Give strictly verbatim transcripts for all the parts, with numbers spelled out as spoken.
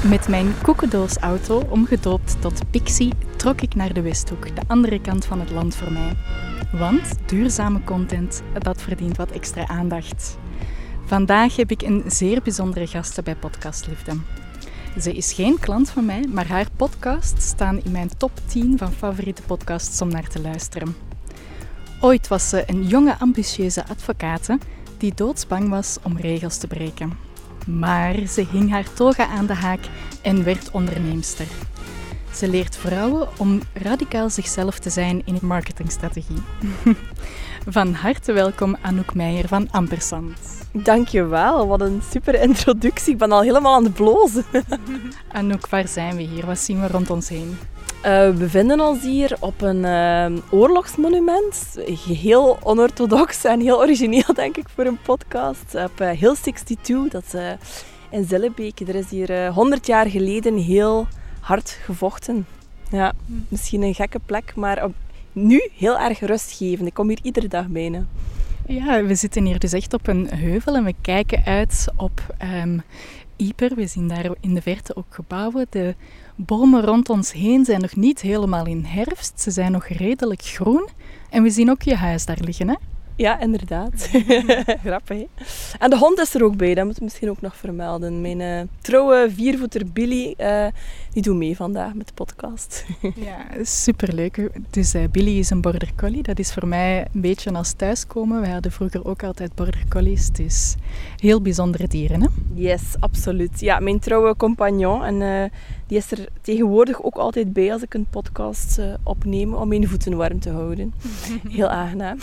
Met mijn koekendoosauto, omgedoopt tot Pixie, trok ik naar de Westhoek, de andere kant van het land voor mij. Want duurzame content, dat verdient wat extra aandacht. Vandaag heb ik een zeer bijzondere gast bij Podcast Liefde. Ze is geen klant van mij, maar haar podcasts staan in mijn top tien van favoriete podcasts om naar te luisteren. Ooit was ze een jonge, ambitieuze advocate die doodsbang was om regels te breken. Maar ze hing haar toga aan de haak en werd onderneemster. Ze leert vrouwen om radicaal zichzelf te zijn in marketingstrategie. Van harte welkom Anouk Meijer van Ampersand. Dankjewel, wat een super introductie. Ik ben al helemaal aan het blozen. Anouk, waar zijn we hier? Wat zien we rond ons heen? Uh, we bevinden ons hier op een uh, oorlogsmonument. Heel onorthodox en heel origineel, denk ik, voor een podcast. Op uh, Hill zesentwintig, dat is uh, in Zillebeek. Er is hier uh, honderd jaar geleden heel hard gevochten. Ja, misschien een gekke plek, maar op, nu heel erg rustgevend. Ik kom hier iedere dag bijna. Ja, we zitten hier dus echt op een heuvel en we kijken uit op um, Ieper. We zien daar in de verte ook gebouwen. De bomen rond ons heen zijn nog niet helemaal in herfst. Ze zijn nog redelijk groen. En we zien ook je huis daar liggen, hè? Ja, inderdaad. Grappig, hè? En de hond is er ook bij, dat moet ik misschien ook nog vermelden. Mijn uh, trouwe viervoeter Billy, uh, die doet mee vandaag met de podcast. Ja, superleuk. Dus uh, Billy is een border collie. Dat is voor mij een beetje als thuiskomen. We hadden vroeger ook altijd border collies. Dus heel bijzondere dieren, hè? Yes, absoluut. Ja, mijn trouwe compagnon. En uh, die is er tegenwoordig ook altijd bij als ik een podcast uh, opneem om mijn voeten warm te houden. Heel aangenaam.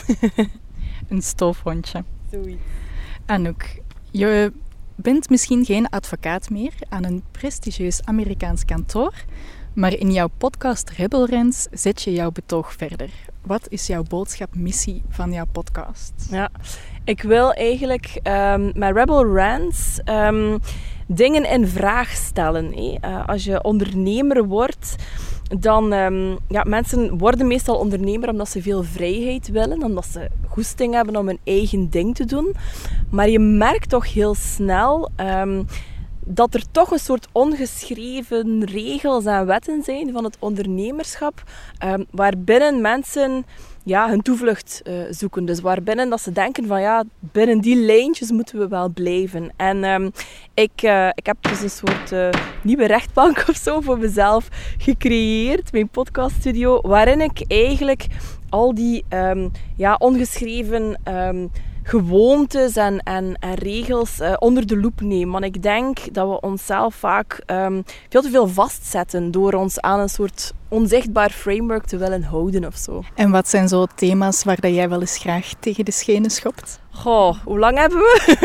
Een stoofhondje. Zoiets. Anouk, je bent misschien geen advocaat meer aan een prestigieus Amerikaans kantoor, maar in jouw podcast Rebel Rants zet je jouw betoog verder. Wat is jouw boodschap, missie van jouw podcast? Ja, ik wil eigenlijk um, met Rebel Rants um, dingen in vraag stellen. Hè. Uh, als je ondernemer wordt, dan... Um, ja, mensen worden meestal ondernemer omdat ze veel vrijheid willen, omdat ze goesting hebben om hun eigen ding te doen. Maar je merkt toch heel snel... Um, dat er toch een soort ongeschreven regels en wetten zijn van het ondernemerschap, um, waarbinnen mensen ja, hun toevlucht uh, zoeken. Dus waarbinnen dat ze denken van ja, binnen die lijntjes moeten we wel blijven. En um, ik, uh, ik heb dus een soort uh, nieuwe rechtbank of zo voor mezelf gecreëerd, mijn podcaststudio, waarin ik eigenlijk al die um, ja, ongeschreven... Um, gewoontes en, en, en regels uh, onder de loep nemen. Want ik denk dat we onszelf vaak um, veel te veel vastzetten door ons aan een soort onzichtbaar framework te willen houden of zo. En wat zijn zo thema's waar dat jij wel eens graag tegen de schenen schopt? Goh, hoe lang hebben we?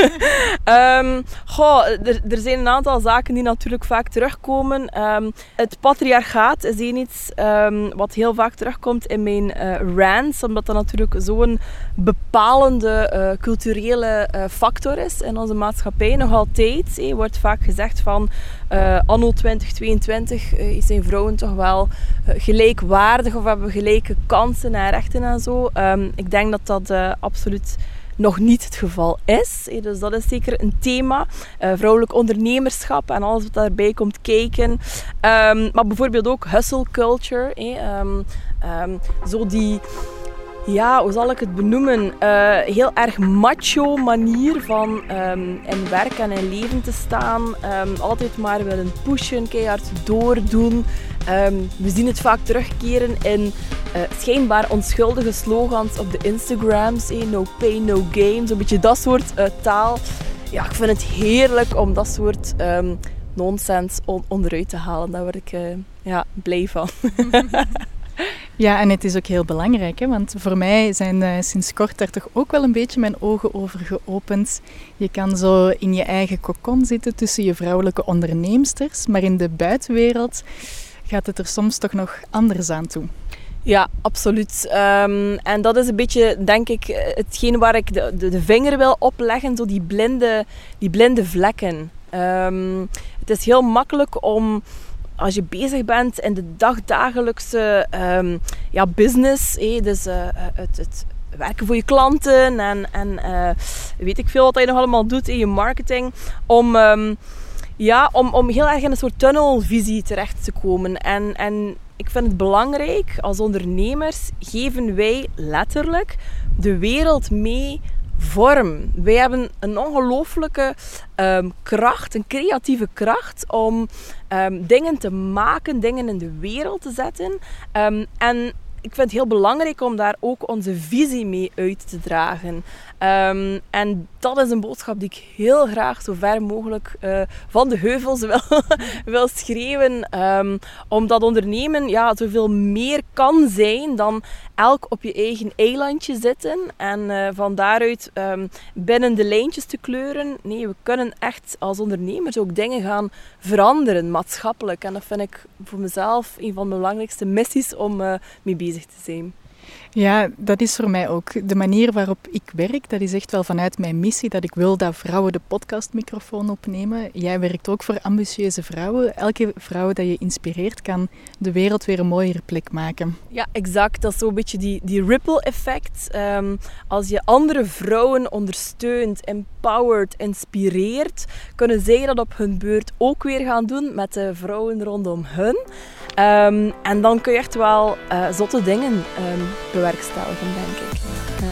um, goh, er, er zijn een aantal zaken die natuurlijk vaak terugkomen. Um, het patriarchaat is één iets um, wat heel vaak terugkomt in mijn uh, rants, omdat dat natuurlijk zo'n bepalende uh, culturele uh, factor is in onze maatschappij. Nog altijd eh, wordt vaak gezegd van uh, anno twintig tweeëntwintig uh, zijn vrouwen toch wel uh, gelijkwaardig of hebben gelijke kansen en rechten en zo. Um, ik denk dat dat uh, absoluut nog niet het geval is. Dus dat is zeker een thema. Uh, vrouwelijk ondernemerschap en alles wat daarbij komt kijken. Um, maar bijvoorbeeld ook hustle culture. Eh. Um, um, zo die... Ja, hoe zal ik het benoemen? Uh, heel erg macho manier van um, in werk en in leven te staan. Um, altijd maar willen pushen, keihard doordoen. Um, we zien het vaak terugkeren in uh, schijnbaar onschuldige slogans op de Instagrams. Eh? No pain, no gain. Zo'n beetje dat soort uh, taal. Ja, ik vind het heerlijk om dat soort um, nonsens on- onderuit te halen. Daar word ik uh, ja, blij van. Ja, en het is ook heel belangrijk, hè? Want voor mij zijn uh, sinds kort daar toch ook wel een beetje mijn ogen over geopend. Je kan zo in je eigen kokon zitten tussen je vrouwelijke onderneemsters, maar in de buitenwereld gaat het er soms toch nog anders aan toe. Ja, absoluut. Um, en dat is een beetje, denk ik, hetgeen waar ik de, de, de vinger wil opleggen, zo die blinde, die blinde vlekken. Um, het is heel makkelijk om... Als je bezig bent in de dagdagelijkse um, ja, business, eh, dus uh, het, het werken voor je klanten en, en uh, weet ik veel wat je nog allemaal doet in je marketing, om um, Ja, om, om heel erg in een soort tunnelvisie terecht te komen. En, en ik vind het belangrijk, als ondernemers geven wij letterlijk de wereld mee vorm. Wij hebben een ongelooflijke um, kracht, een creatieve kracht om um, dingen te maken, dingen in de wereld te zetten. Um, en ik vind het heel belangrijk om daar ook onze visie mee uit te dragen. Um, en dat is een boodschap die ik heel graag zo ver mogelijk uh, van de heuvels wil, wil schreeuwen. Um, omdat ondernemen ja, zoveel meer kan zijn dan elk op je eigen eilandje zitten. En uh, van daaruit um, binnen de lijntjes te kleuren. Nee, we kunnen echt als ondernemers ook dingen gaan veranderen, maatschappelijk. En dat vind ik voor mezelf een van de belangrijkste missies om uh, mee bezig te zijn. Ja, dat is voor mij ook. De manier waarop ik werk, dat is echt wel vanuit mijn missie dat ik wil dat vrouwen de podcastmicrofoon opnemen. Jij werkt ook voor ambitieuze vrouwen. Elke vrouw dat je inspireert kan de wereld weer een mooiere plek maken. Ja, exact. Dat is zo'n beetje die, die ripple effect. Um, als je andere vrouwen ondersteunt, empowert, inspireert, kunnen zij dat op hun beurt ook weer gaan doen met de vrouwen rondom hun. Um, en dan kun je echt wel uh, zotte dingen um, bewerkstelligen, denk ik. Ja.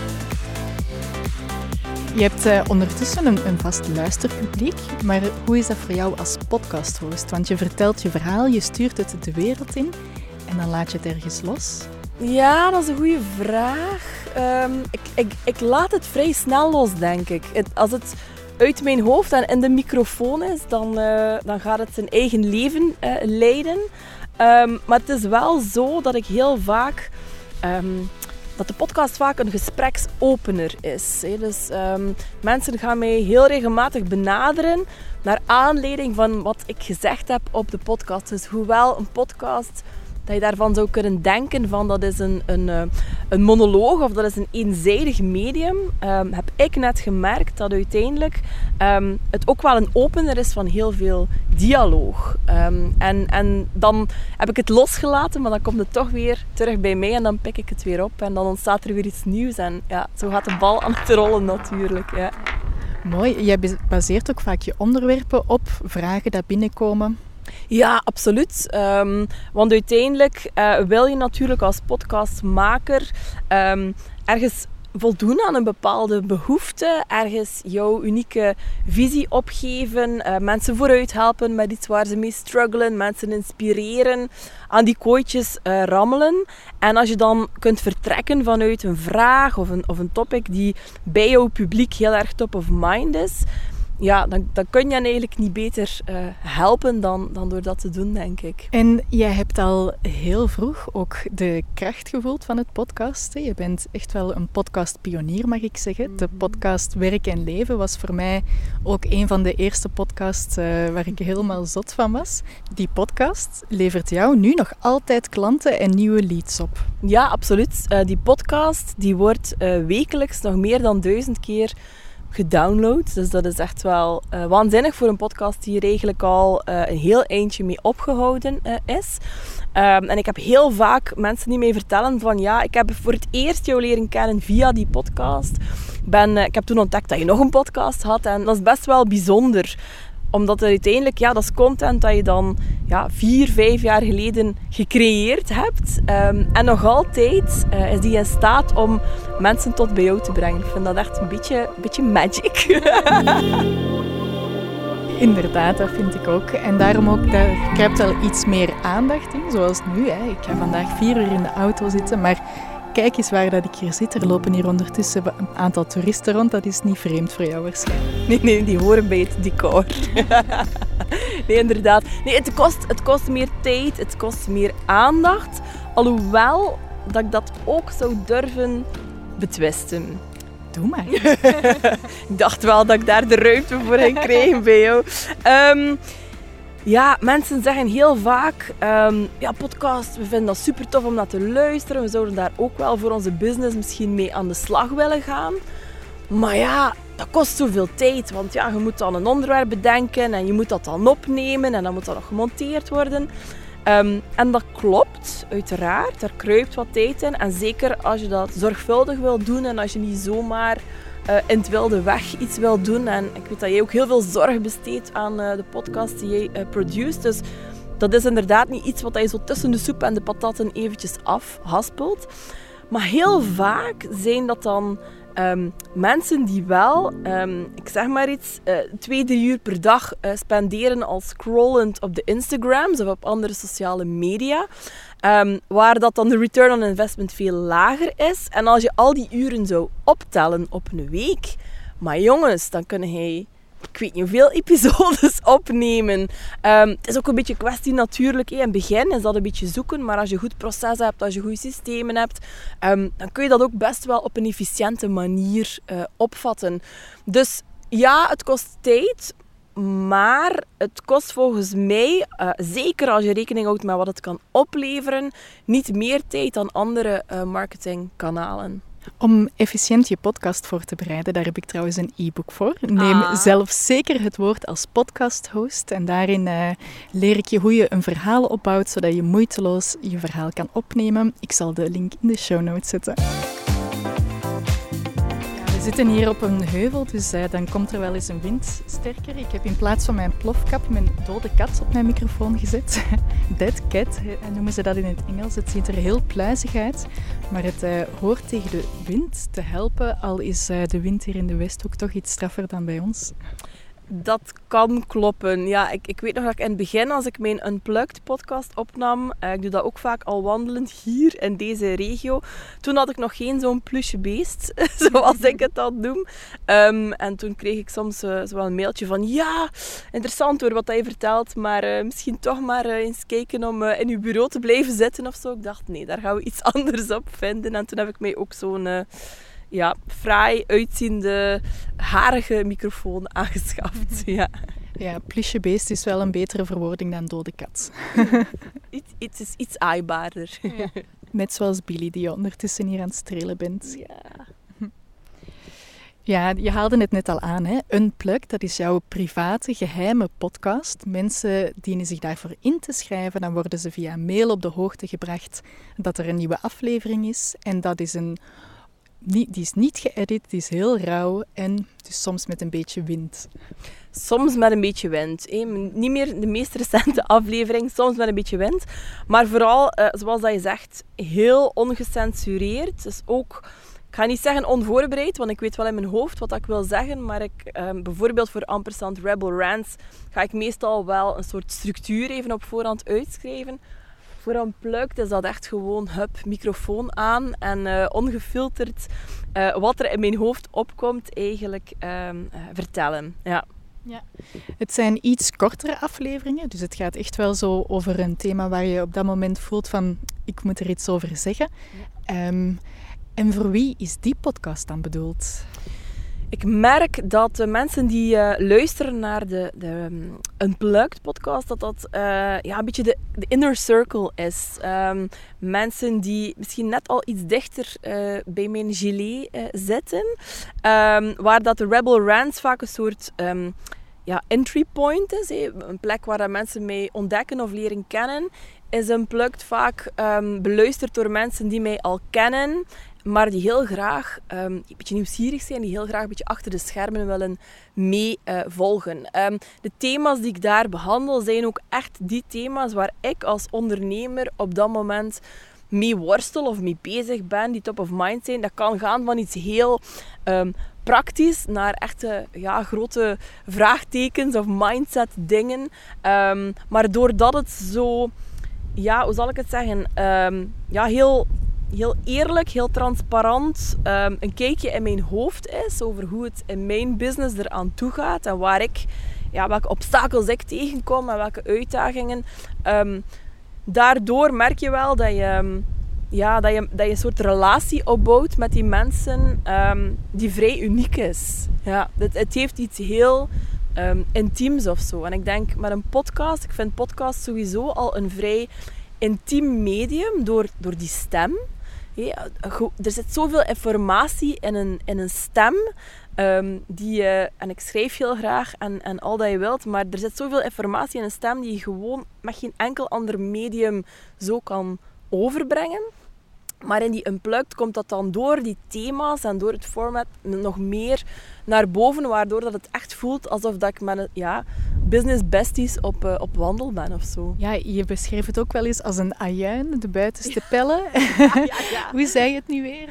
Je hebt uh, ondertussen een, een vast luisterpubliek, maar hoe is dat voor jou als podcasthost? Want je vertelt je verhaal, je stuurt het de wereld in en dan laat je het ergens los. Ja, dat is een goede vraag. Um, ik, ik, ik laat het vrij snel los, denk ik. Het, als het uit mijn hoofd en in de microfoon is, dan, uh, dan gaat het zijn eigen leven uh, leiden. Um, maar het is wel zo dat ik heel vaak... Um, dat de podcast vaak een gespreksopener is. Hè. Dus um, mensen gaan mij heel regelmatig benaderen naar aanleiding van wat ik gezegd heb op de podcast. Dus hoewel een podcast... dat je daarvan zou kunnen denken van dat is een, een, een monoloog of dat is een eenzijdig medium, um, heb ik net gemerkt dat uiteindelijk um, het ook wel een opener is van heel veel dialoog. Um, en, en dan heb ik het losgelaten, maar dan komt het toch weer terug bij mij en dan pik ik het weer op en dan ontstaat er weer iets nieuws. En ja, zo gaat de bal aan het rollen natuurlijk. Ja. Mooi. Jij baseert ook vaak je onderwerpen op vragen die binnenkomen. Ja, absoluut. Um, want uiteindelijk uh, wil je natuurlijk als podcastmaker um, ergens voldoen aan een bepaalde behoefte, ergens jouw unieke visie opgeven, uh, mensen vooruit helpen met iets waar ze mee struggelen, mensen inspireren, aan die kooitjes uh, rammelen. En als je dan kunt vertrekken vanuit een vraag of een, of een topic die bij jouw publiek heel erg top of mind is, ja, dan, dan kun je hen eigenlijk niet beter uh, helpen dan, dan door dat te doen, denk ik. En jij hebt al heel vroeg ook de kracht gevoeld van het podcasten. Je bent echt wel een podcastpionier, mag ik zeggen. De podcast Werk en Leven was voor mij ook een van de eerste podcasts uh, waar ik helemaal zot van was. Die podcast levert jou nu nog altijd klanten en nieuwe leads op. Ja, absoluut. Uh, die podcast die wordt uh, wekelijks nog meer dan duizend keer gedownload. Dus dat is echt wel uh, waanzinnig voor een podcast die er eigenlijk al uh, een heel eindje mee opgehouden uh, is. Um, en ik heb heel vaak mensen die mij vertellen van ja, ik heb voor het eerst jou leren kennen via die podcast. Ben, uh, ik heb toen ontdekt dat je nog een podcast had en dat is best wel bijzonder. Omdat er uiteindelijk, ja, dat is content dat je dan ja, vier, vijf jaar geleden gecreëerd hebt. Um, en nog altijd uh, is die in staat om mensen tot bij jou te brengen. Ik vind dat echt een beetje, een beetje magic. Inderdaad, dat vind ik ook. En daarom ook, daar kruipt wel iets meer aandacht in. Zoals nu, hè. Ik ga vandaag vier uur in de auto zitten, maar kijk eens waar dat ik hier zit. Er lopen hier ondertussen een aantal toeristen rond. Dat is niet vreemd voor jou waarschijnlijk. Nee, nee, die horen bij het decor. Nee, inderdaad. Nee, het kost, het kost meer tijd, het kost meer aandacht. Alhoewel dat ik dat ook zou durven betwisten. Doe maar. Ik dacht wel dat ik daar de ruimte voor ging krijgen bij jou. Um, Ja, mensen zeggen heel vaak, um, ja, podcast, we vinden dat super tof om naar te luisteren. We zouden daar ook wel voor onze business misschien mee aan de slag willen gaan. Maar ja, dat kost zoveel tijd, want ja, je moet dan een onderwerp bedenken en je moet dat dan opnemen en dan moet dat nog gemonteerd worden. Um, en dat klopt, uiteraard, daar kruipt wat tijd in. En zeker als je dat zorgvuldig wil doen en als je niet zomaar uh, in het wilde weg iets wil doen. En ik weet dat jij ook heel veel zorg besteedt aan uh, de podcast die jij uh, produceert. Dus dat is inderdaad niet iets wat je zo tussen de soep en de patatten eventjes afhaspelt. Maar heel vaak zijn dat dan um, mensen die wel, um, ik zeg maar iets, uh, twee, drie uur per dag uh, spenderen al scrollend op de Instagrams of op andere sociale media. Um, waar dat dan de return on investment veel lager is. En als je al die uren zou optellen op een week, maar jongens, dan kun je, ik weet niet hoeveel episodes opnemen. Um, het is ook een beetje een kwestie natuurlijk. In het begin is dat een beetje zoeken, maar als je goed proces hebt, als je goede systemen hebt, um, dan kun je dat ook best wel op een efficiënte manier uh, opvatten. Dus ja, het kost tijd. Maar het kost volgens mij, uh, zeker als je rekening houdt met wat het kan opleveren, niet meer tijd dan andere uh, marketingkanalen. Om efficiënt je podcast voor te bereiden, daar heb ik trouwens een e-book voor. Neem ah. zelf zeker het woord als podcast-host. En daarin uh, leer ik je hoe je een verhaal opbouwt, zodat je moeiteloos je verhaal kan opnemen. Ik zal de link in de show notes zetten. We zitten hier op een heuvel, dus uh, dan komt er wel eens een wind sterker. Ik heb in plaats van mijn plofkap mijn dode kat op mijn microfoon gezet. Dead cat noemen ze dat in het Engels. Het ziet er heel pluizig uit, maar het uh, hoort tegen de wind te helpen. Al is uh, de wind hier in de Westhoek toch iets straffer dan bij ons. Dat kan kloppen. Ja, ik, ik weet nog dat ik in het begin, als ik mijn Unplugged podcast opnam, uh, ik doe dat ook vaak al wandelend hier in deze regio. Toen had ik nog geen zo'n plusje beest, zoals ik het dan noem. Um, en toen kreeg ik soms uh, zo wel een mailtje van, ja, interessant hoor wat hij vertelt, maar uh, misschien toch maar uh, eens kijken om uh, in uw bureau te blijven zitten of zo. Ik dacht, nee, daar gaan we iets anders op vinden. En toen heb ik mij ook zo'n... Uh, Ja, fraai uitziende, harige microfoon aangeschaft. Ja, ja, plusje beest is wel een betere verwoording dan dode kat. Iets, iets is iets aaibaarder. Ja. Net zoals Billy, die je ondertussen hier aan het strelen bent. Ja. Ja, je haalde het net al aan, hè? Unplugged, dat is jouw private, geheime podcast. Mensen dienen zich daarvoor in te schrijven. Dan worden ze via mail op de hoogte gebracht dat er een nieuwe aflevering is. En dat is een... Die is niet geëdit, die is heel rauw en dus soms met een beetje wind. Soms met een beetje wind. Hè. Niet meer de meest recente aflevering, soms met een beetje wind. Maar vooral, uh, zoals dat je zegt, heel ongecensureerd. Dus ook, ik ga niet zeggen onvoorbereid, want ik weet wel in mijn hoofd wat ik wil zeggen. Maar ik, um, bijvoorbeeld voor Ampersand Rebel Rants ga ik meestal wel een soort structuur even op voorhand uitschrijven. Voor Unplugged is dat echt gewoon, hup, microfoon aan en uh, ongefilterd uh, wat er in mijn hoofd opkomt eigenlijk uh, uh, vertellen. Ja. Ja. Het zijn iets kortere afleveringen, dus het gaat echt wel zo over een thema waar je op dat moment voelt van, ik moet er iets over zeggen. Ja. Um, en voor wie is die podcast dan bedoeld? Ik merk dat de mensen die uh, luisteren naar de, de um, Unplugged podcast, dat dat uh, ja, een beetje de, de inner circle is. Um, mensen die misschien net al iets dichter uh, bij mijn gilet uh, zitten. Um, waar dat de Rebel Rants vaak een soort um, ja, entry point is. Hé. Een plek waar dat mensen mij ontdekken of leren kennen. Is Unplugged vaak um, beluisterd door mensen die mij al kennen. Maar die heel graag um, een beetje nieuwsgierig zijn, die heel graag een beetje achter de schermen willen mee uh, volgen. Um, de thema's die ik daar behandel zijn ook echt die thema's waar ik als ondernemer op dat moment mee worstel of mee bezig ben, die top of mind zijn. Dat kan gaan van iets heel um, praktisch naar echte ja, grote vraagtekens of mindset dingen. Um, maar doordat het zo, ja, hoe zal ik het zeggen, um, ja, heel... heel eerlijk, heel transparant um, een kijkje in mijn hoofd is over hoe het in mijn business eraan toe gaat en waar ik, ja, welke obstakels ik tegenkom en welke uitdagingen. Um, daardoor merk je wel dat je, um, ja, dat, je, dat je een soort relatie opbouwt met die mensen um, die vrij uniek is. Ja, het, het heeft iets heel um, intiems of zo. En ik denk met een podcast, ik vind podcast sowieso al een vrij intiem medium door, door die stem. Ja, er zit zoveel informatie in een, in een stem, um, die je, en ik schrijf heel graag en, en al dat je wilt, maar er zit zoveel informatie in een stem die je gewoon met geen enkel ander medium zo kan overbrengen. Maar in die Unplugged komt dat dan door die thema's en door het format nog meer naar boven, waardoor dat het echt voelt alsof dat ik met een, ja, business besties op, uh, op wandel ben of zo. Ja, je beschreef het ook wel eens als een ajuin, de buitenste pellen. Ja, ja, ja. Hoe zei je het nu weer?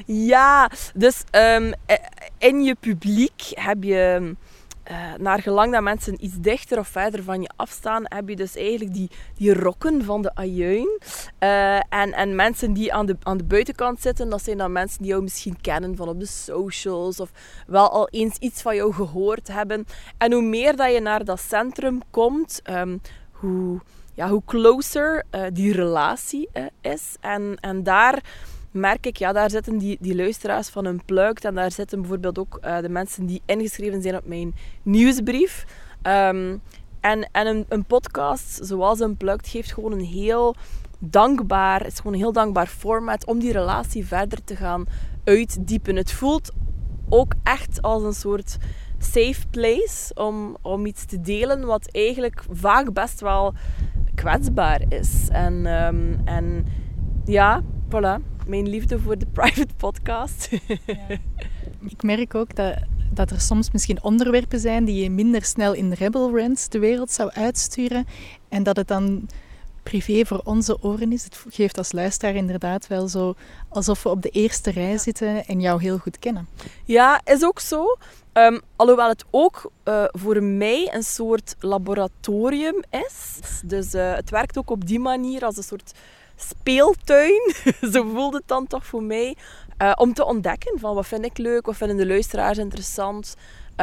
Ja, dus um, in je publiek heb je... Uh, naar gelang dat mensen iets dichter of verder van je afstaan, heb je dus eigenlijk die, die rokken van de ajuin. Uh, en, en mensen die aan de, aan de buitenkant zitten, dat zijn dan mensen die jou misschien kennen van op de socials of wel al eens iets van jou gehoord hebben. En hoe meer dat je naar dat centrum komt, um, hoe, ja, hoe closer uh, die relatie uh, is. En, en daar... merk ik, ja, daar zitten die, die luisteraars van Unplugged en daar zitten bijvoorbeeld ook uh, de mensen die ingeschreven zijn op mijn nieuwsbrief. Um, en en een, een podcast zoals Unplugged geeft gewoon een heel dankbaar, het is gewoon een heel dankbaar format om die relatie verder te gaan uitdiepen. Het voelt ook echt als een soort safe place om, om iets te delen wat eigenlijk vaak best wel kwetsbaar is. En, um, en ja, voilà. Mijn liefde voor de private podcast. Ja. Ik merk ook dat, dat er soms misschien onderwerpen zijn die je minder snel in Rebel Rants de wereld zou uitsturen. En dat het dan privé voor onze oren is. Het geeft als luisteraar inderdaad wel zo alsof we op de eerste rij zitten en jou heel goed kennen. Ja, is ook zo. Um, alhoewel het ook uh, voor mij een soort laboratorium is. Dus uh, het werkt ook op die manier als een soort... speeltuin, zo voelt het dan toch voor mij, uh, om te ontdekken van wat vind ik leuk, wat vinden de luisteraars interessant.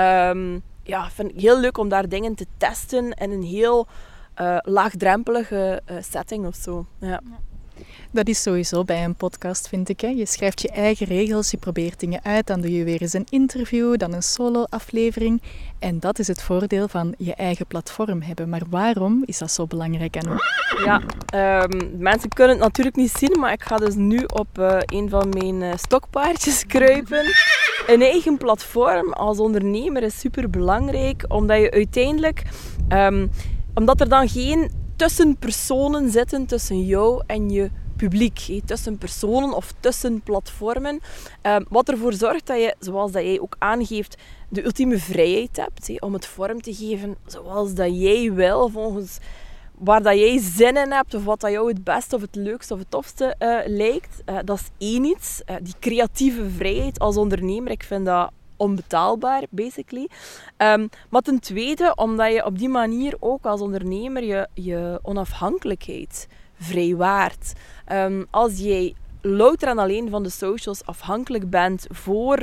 Um, ja, vind ik heel leuk om daar dingen te testen in een heel uh, laagdrempelige uh, setting of zo. Ja. Dat is sowieso bij een podcast, vind ik. Hè. Je schrijft je eigen regels, je probeert dingen uit, dan doe je weer eens een interview, dan een solo-aflevering. En dat is het voordeel van je eigen platform hebben. Maar waarom is dat zo belangrijk? En ja, um, mensen kunnen het natuurlijk niet zien, maar ik ga dus nu op uh, een van mijn uh, stokpaardjes kruipen. Een eigen platform als ondernemer is super belangrijk, omdat je uiteindelijk... Um, omdat er dan geen tussenpersonen zitten tussen jou en je publiek. He, tussen personen of tussen platformen. Um, wat ervoor zorgt dat je, zoals dat jij ook aangeeft, de ultieme vrijheid hebt. He, om het vorm te geven zoals dat jij wil, volgens waar dat jij zin in hebt, of wat dat jou het beste of het leukste of het tofste uh, lijkt. Uh, dat is één iets. Uh, die creatieve vrijheid als ondernemer, ik vind dat onbetaalbaar, basically. Um, maar ten tweede, omdat je op die manier ook als ondernemer je, je onafhankelijkheid vrijwaart. Um, als jij louter en alleen van de socials afhankelijk bent voor,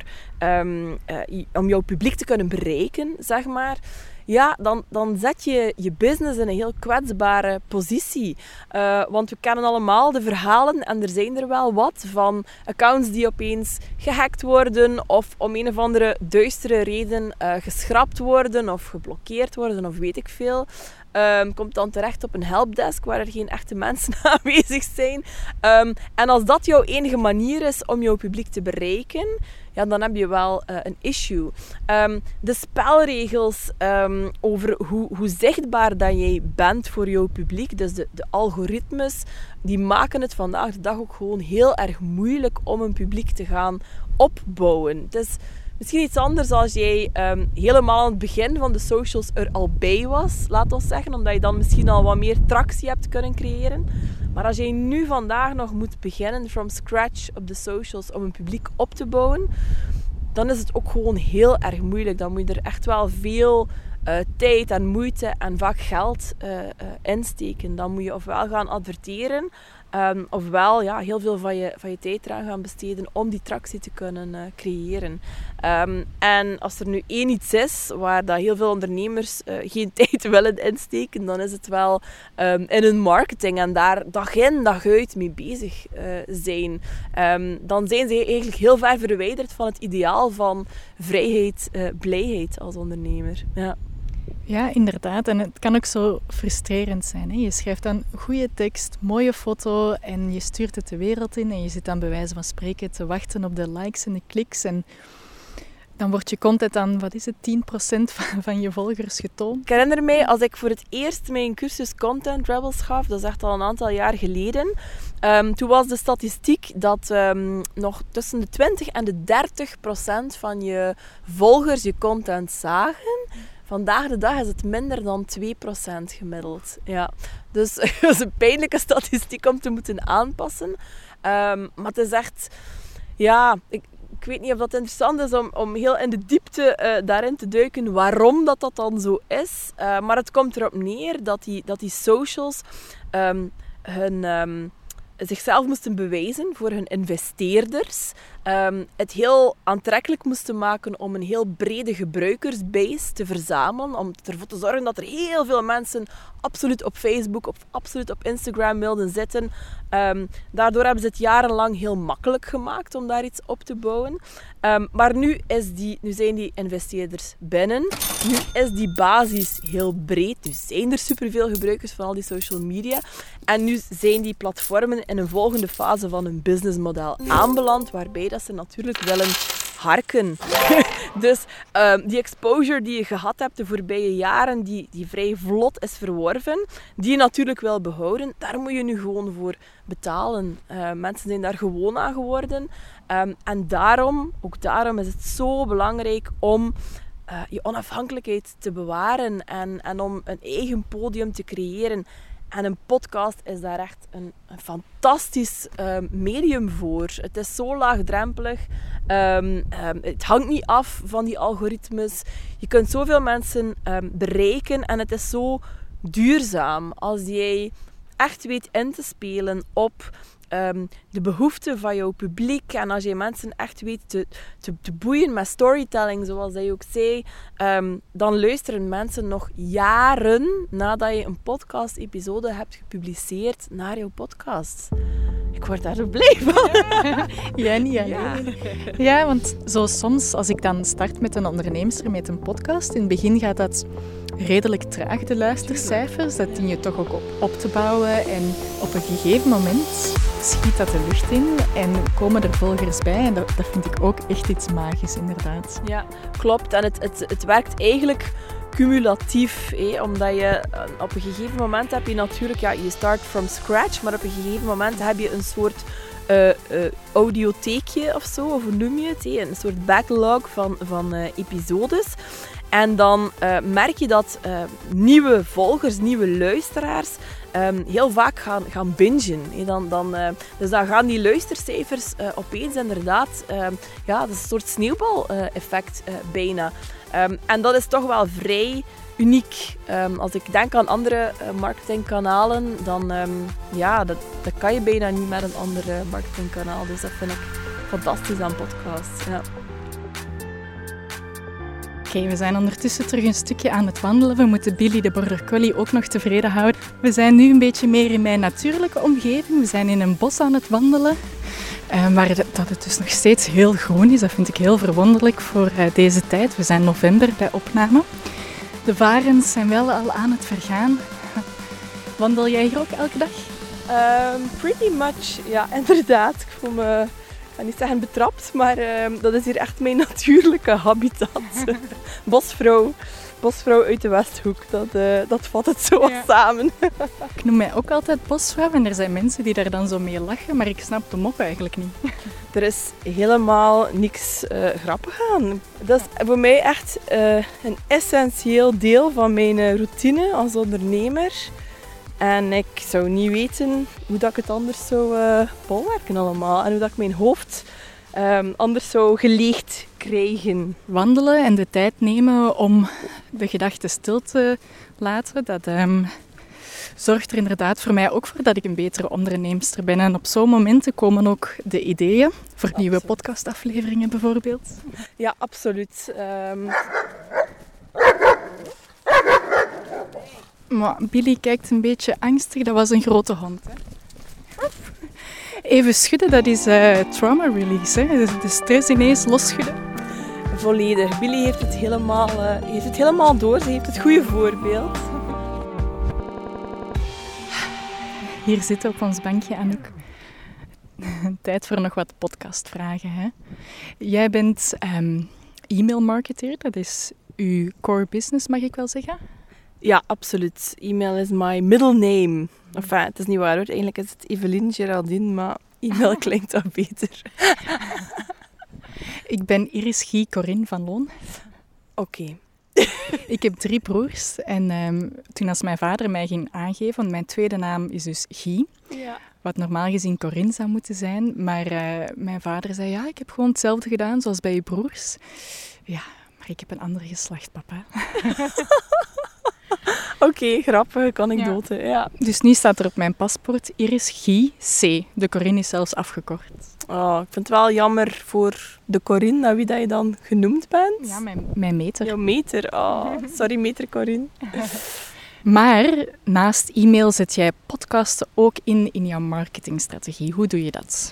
um, uh, om jouw publiek te kunnen bereiken, zeg maar, ja, dan, dan zet je je business in een heel kwetsbare positie. Uh, want we kennen allemaal de verhalen, en er zijn er wel wat, van accounts die opeens gehackt worden of om een of andere duistere reden uh, geschrapt worden of geblokkeerd worden of weet ik veel. Um, komt dan terecht op een helpdesk waar er geen echte mensen aanwezig zijn. Um, en als dat jouw enige manier is om jouw publiek te bereiken, ja, dan heb je wel uh, een issue. Um, de spelregels um, over hoe, hoe zichtbaar dat jij bent voor jouw publiek, dus de, de algoritmes, die maken het vandaag de dag ook gewoon heel erg moeilijk om een publiek te gaan opbouwen. Het is misschien iets anders als jij um, helemaal aan het begin van de socials er al bij was, laat ons zeggen, omdat je dan misschien al wat meer tractie hebt kunnen creëren. Maar als jij nu vandaag nog moet beginnen from scratch op de socials om een publiek op te bouwen, dan is het ook gewoon heel erg moeilijk. Dan moet je er echt wel veel uh, tijd en moeite en vaak geld uh, uh, insteken. Dan moet je ofwel gaan adverteren, Um, ofwel ja, heel veel van je, van je tijd eraan gaan besteden om die tractie te kunnen uh, creëren. Um, en als er nu één iets is waar dat heel veel ondernemers uh, geen tijd willen insteken, dan is het wel um, in hun marketing en daar dag in dag uit mee bezig uh, zijn. Um, dan zijn ze eigenlijk heel ver verwijderd van het ideaal van vrijheid, uh, blijheid als ondernemer. Ja. Ja, inderdaad. En het kan ook zo frustrerend zijn. Hè? Je schrijft dan goede tekst, mooie foto en je stuurt het de wereld in en je zit dan bij wijze van spreken te wachten op de likes en de kliks. En Dan wordt je content aan, wat is het, tien procent van, van je volgers getoond. Ik herinner mij, als ik voor het eerst mijn cursus Content Rebels gaf, dat is echt al een aantal jaar geleden, um, toen was de statistiek dat um, nog tussen de twintig en de dertig procent van je volgers je content zagen. Vandaag de dag is het minder dan twee procent gemiddeld. Ja. Dus dat is een pijnlijke statistiek om te moeten aanpassen. Um, maar het is echt... Ja, ik, ik weet niet of dat interessant is om, om heel in de diepte uh, daarin te duiken waarom dat, dat dan zo is. Uh, maar het komt erop neer dat die, dat die socials um, hun... Um, zichzelf moesten bewijzen voor hun investeerders. Um, het heel aantrekkelijk moesten maken om een heel brede gebruikersbase te verzamelen. Om ervoor te zorgen dat er heel veel mensen absoluut op Facebook of absoluut op Instagram wilden zitten. Um, daardoor hebben ze het jarenlang heel makkelijk gemaakt om daar iets op te bouwen. Um, maar nu, is die, nu zijn die investeerders binnen. Nu is die basis heel breed. Nu zijn er superveel gebruikers van al die social media. En nu zijn die platformen in een volgende fase van hun businessmodel aanbeland, waarbij dat ze natuurlijk willen harken. Dus um, die exposure die je gehad hebt de voorbije jaren, die, die vrij vlot is verworven, die je natuurlijk wil behouden, daar moet je nu gewoon voor betalen. Uh, mensen zijn daar gewoon aan geworden. Um, en daarom, ook daarom is het zo belangrijk om uh, je onafhankelijkheid te bewaren en, en om een eigen podium te creëren. En een podcast is daar echt een, een fantastisch um, medium voor. Het is zo laagdrempelig. Um, um, het hangt niet af van die algoritmes. Je kunt zoveel mensen um, bereiken en het is zo duurzaam. Als jij echt weet in te spelen op um, de behoeften van jouw publiek en als je mensen echt weet te, te, te boeien met storytelling, zoals hij ook zei, um, dan luisteren mensen nog jaren nadat je een podcast-episode hebt gepubliceerd naar jouw podcast. Ik word daar zo blij van. Jij niet alleen. Ja. ja, want zo soms als ik dan start met een onderneemster met een podcast, in het begin gaat dat redelijk traag, de luistercijfers. Dat dien je toch ook op, op te bouwen. En op een gegeven moment schiet dat de lucht in en komen er volgers bij. En dat, dat vind ik ook echt iets magisch, inderdaad. Ja, klopt. En het, het, het werkt eigenlijk cumulatief, hé? Omdat je op een gegeven moment heb je natuurlijk, ja, je start from scratch, maar op een gegeven moment heb je een soort uh, uh, audiotheekje of zo, of hoe noem je het? Hé? Een soort backlog van, van uh, episodes. En dan uh, merk je dat uh, nieuwe volgers, nieuwe luisteraars um, heel vaak gaan, gaan bingen. He, dan, dan, uh, dus dan gaan die luistercijfers uh, opeens inderdaad... Uh, ja, dat is een soort sneeuwbal-effect uh, bijna. Um, en dat is toch wel vrij uniek. Um, als ik denk aan andere uh, marketingkanalen, dan um, ja, dat, dat kan je bijna niet met een ander uh, marketingkanaal. Dus dat vind ik fantastisch aan podcasts. Ja. Oké, okay, we zijn ondertussen terug een stukje aan het wandelen. We moeten Billy de border collie ook nog tevreden houden. We zijn nu een beetje meer in mijn natuurlijke omgeving. We zijn in een bos aan het wandelen. Uh, maar dat het dus nog steeds heel groen is, dat vind ik heel verwonderlijk voor uh, deze tijd. We zijn november bij opname. De varens zijn wel al aan het vergaan. Wandel jij hier ook elke dag? Um, pretty much, ja, inderdaad. Ik voel me... Ik ga niet zeggen betrapt, maar uh, dat is hier echt mijn natuurlijke habitat. Bosvrouw. Bosvrouw uit de Westhoek, dat, uh, dat vat het zo wat ja. samen. Ik noem mij ook altijd bosvrouw en er zijn mensen die daar dan zo mee lachen, maar ik snap de mop eigenlijk niet. Er is helemaal niks uh, grappig aan. Dat is voor mij echt uh, een essentieel deel van mijn uh, routine als ondernemer. En ik zou niet weten hoe dat ik het anders zou uh, bolwerken allemaal. En hoe dat ik mijn hoofd um, anders zou geleegd krijgen. Wandelen en de tijd nemen om de gedachten stil te laten, dat um, zorgt er inderdaad voor mij ook voor dat ik een betere onderneemster ben. En op zo'n momenten komen ook de ideeën voor absoluut. Nieuwe podcastafleveringen bijvoorbeeld. Ja, absoluut. Um... Maar Billy kijkt een beetje angstig. Dat was een grote hond. Hè? Even schudden, dat is uh, trauma release. Hè? De stress ineens losschudden. Volledig. Billy heeft het helemaal, uh, heeft het helemaal door. Ze heeft het goede voorbeeld. Hier zitten op ons bankje, Anouk. Tijd voor nog wat podcastvragen. Hè? Jij bent... Um, e-mailmarketeer. Dat is uw core business, mag ik wel zeggen? Ja, absoluut. E-mail is my middle name. Enfin, het is niet waar hoor. Eigenlijk is het Evelien Geraldine, maar e-mail klinkt wat beter. Ik ben Iris Guy Corinne van Loon. Oké. Okay. Ik heb drie broers en um, toen als mijn vader mij ging aangeven, want mijn tweede naam is dus Guy, ja. wat normaal gezien Corinne zou moeten zijn, maar uh, mijn vader zei, ja, ik heb gewoon hetzelfde gedaan zoals bij je broers. Ja, maar ik heb een ander geslacht, papa. Oké, okay, grappige anekdote. Ja. Ja. Dus nu staat er op mijn paspoort Iris Guy C. De Corinne is zelfs afgekort. Oh, ik vind het wel jammer voor de Corinne, naar wie dat je dan genoemd bent. Ja, mijn, mijn meter. Jouw meter. Oh, sorry, meter Corinne. Maar naast e-mail zet jij podcasten ook in in jouw marketingstrategie. Hoe doe je dat?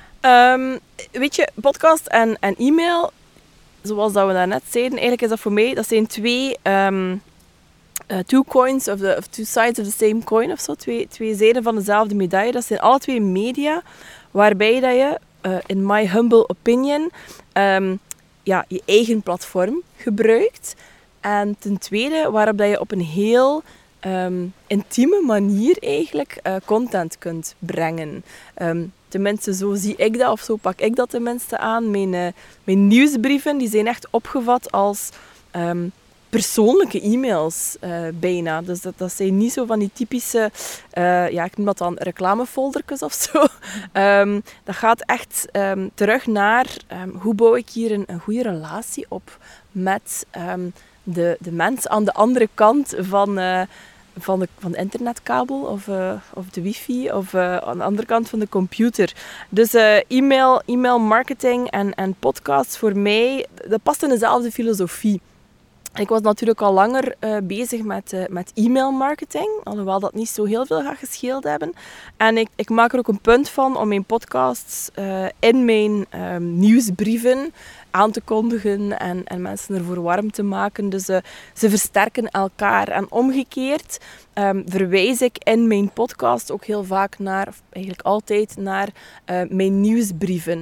Um, weet je, podcast en, en e-mail, zoals dat we daarnet zeiden, eigenlijk is dat voor mij, dat zijn twee... Um, Uh, two coins of, the, of two sides of the same coin of zo. Twee, twee zijden van dezelfde medaille. Dat zijn alle twee media waarbij dat je, uh, in my humble opinion, um, ja, je eigen platform gebruikt. En ten tweede, waarop dat je op een heel um, intieme manier eigenlijk uh, content kunt brengen. Um, tenminste, zo zie ik dat, of zo pak ik dat tenminste aan. Mijn, uh, mijn nieuwsbrieven die zijn echt opgevat als... Um, persoonlijke e-mails uh, bijna. Dus dat, dat zijn niet zo van die typische, uh, ja, ik noem dat dan reclamefoldertjes of zo. Um, dat gaat echt um, terug naar um, hoe bouw ik hier een, een goede relatie op met um, de, de mens aan de andere kant van, uh, van, de, van de internetkabel of, uh, of de wifi of uh, aan de andere kant van de computer. Dus uh, e-mail, e-mail marketing en, en podcasts voor mij, dat past in dezelfde filosofie. Ik was natuurlijk al langer uh, bezig met, uh, met e-mailmarketing, alhoewel dat niet zo heel veel gaat gescheeld hebben. En ik, ik maak er ook een punt van om mijn podcasts uh, in mijn um, nieuwsbrieven aan te kondigen en, en mensen ervoor warm te maken. Dus uh, ze versterken elkaar. En omgekeerd um, verwijs ik in mijn podcast ook heel vaak naar, of eigenlijk altijd, naar uh, mijn nieuwsbrieven.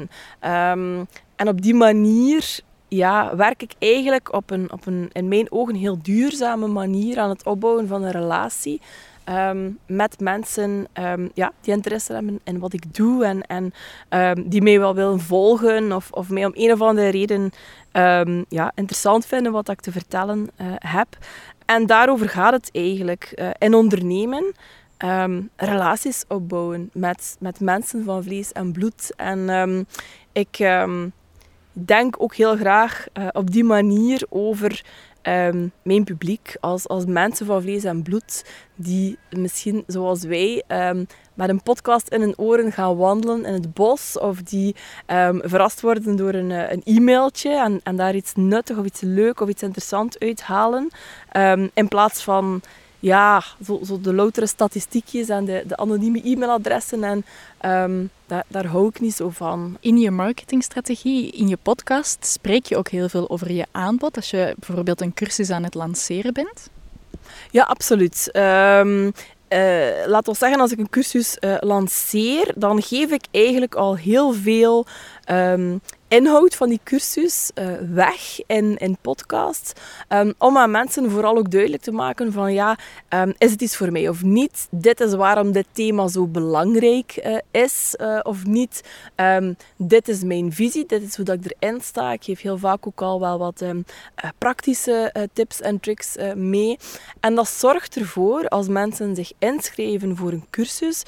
Um, en op die manier... Ja, werk ik eigenlijk op een, op een, in mijn ogen, heel duurzame manier aan het opbouwen van een relatie um, met mensen um, ja, die interesse hebben in wat ik doe en, en um, die mij wel willen volgen of, of mij om een of andere reden um, ja, interessant vinden wat ik te vertellen uh, heb. En daarover gaat het eigenlijk uh, in ondernemen. Um, relaties opbouwen met, met mensen van vlees en bloed. En um, ik... Um, Ik denk ook heel graag uh, op die manier over um, mijn publiek als, als mensen van vlees en bloed die misschien zoals wij um, met een podcast in hun oren gaan wandelen in het bos of die um, verrast worden door een, een e-mailtje en, en daar iets nuttig of iets leuk of iets interessants uithalen um, in plaats van ja, zo, zo de loutere statistiekjes en de, de anonieme e-mailadressen. En um, daar, daar hou ik niet zo van. In je marketingstrategie, in je podcast, spreek je ook heel veel over je aanbod. Als je bijvoorbeeld een cursus aan het lanceren bent. Ja, absoluut. Um, uh, laat ons zeggen, als ik een cursus uh, lanceer, dan geef ik eigenlijk al heel veel... Um, inhoud van die cursus uh, weg in, in podcast. Um, om aan mensen vooral ook duidelijk te maken van ja, um, is het iets voor mij of niet? Dit is waarom dit thema zo belangrijk uh, is uh, of niet. Um, dit is mijn visie, dit is hoe dat ik erin sta. Ik geef heel vaak ook al wel wat um, uh, praktische uh, tips en tricks uh, mee. En dat zorgt ervoor, als mensen zich inschrijven voor een cursus,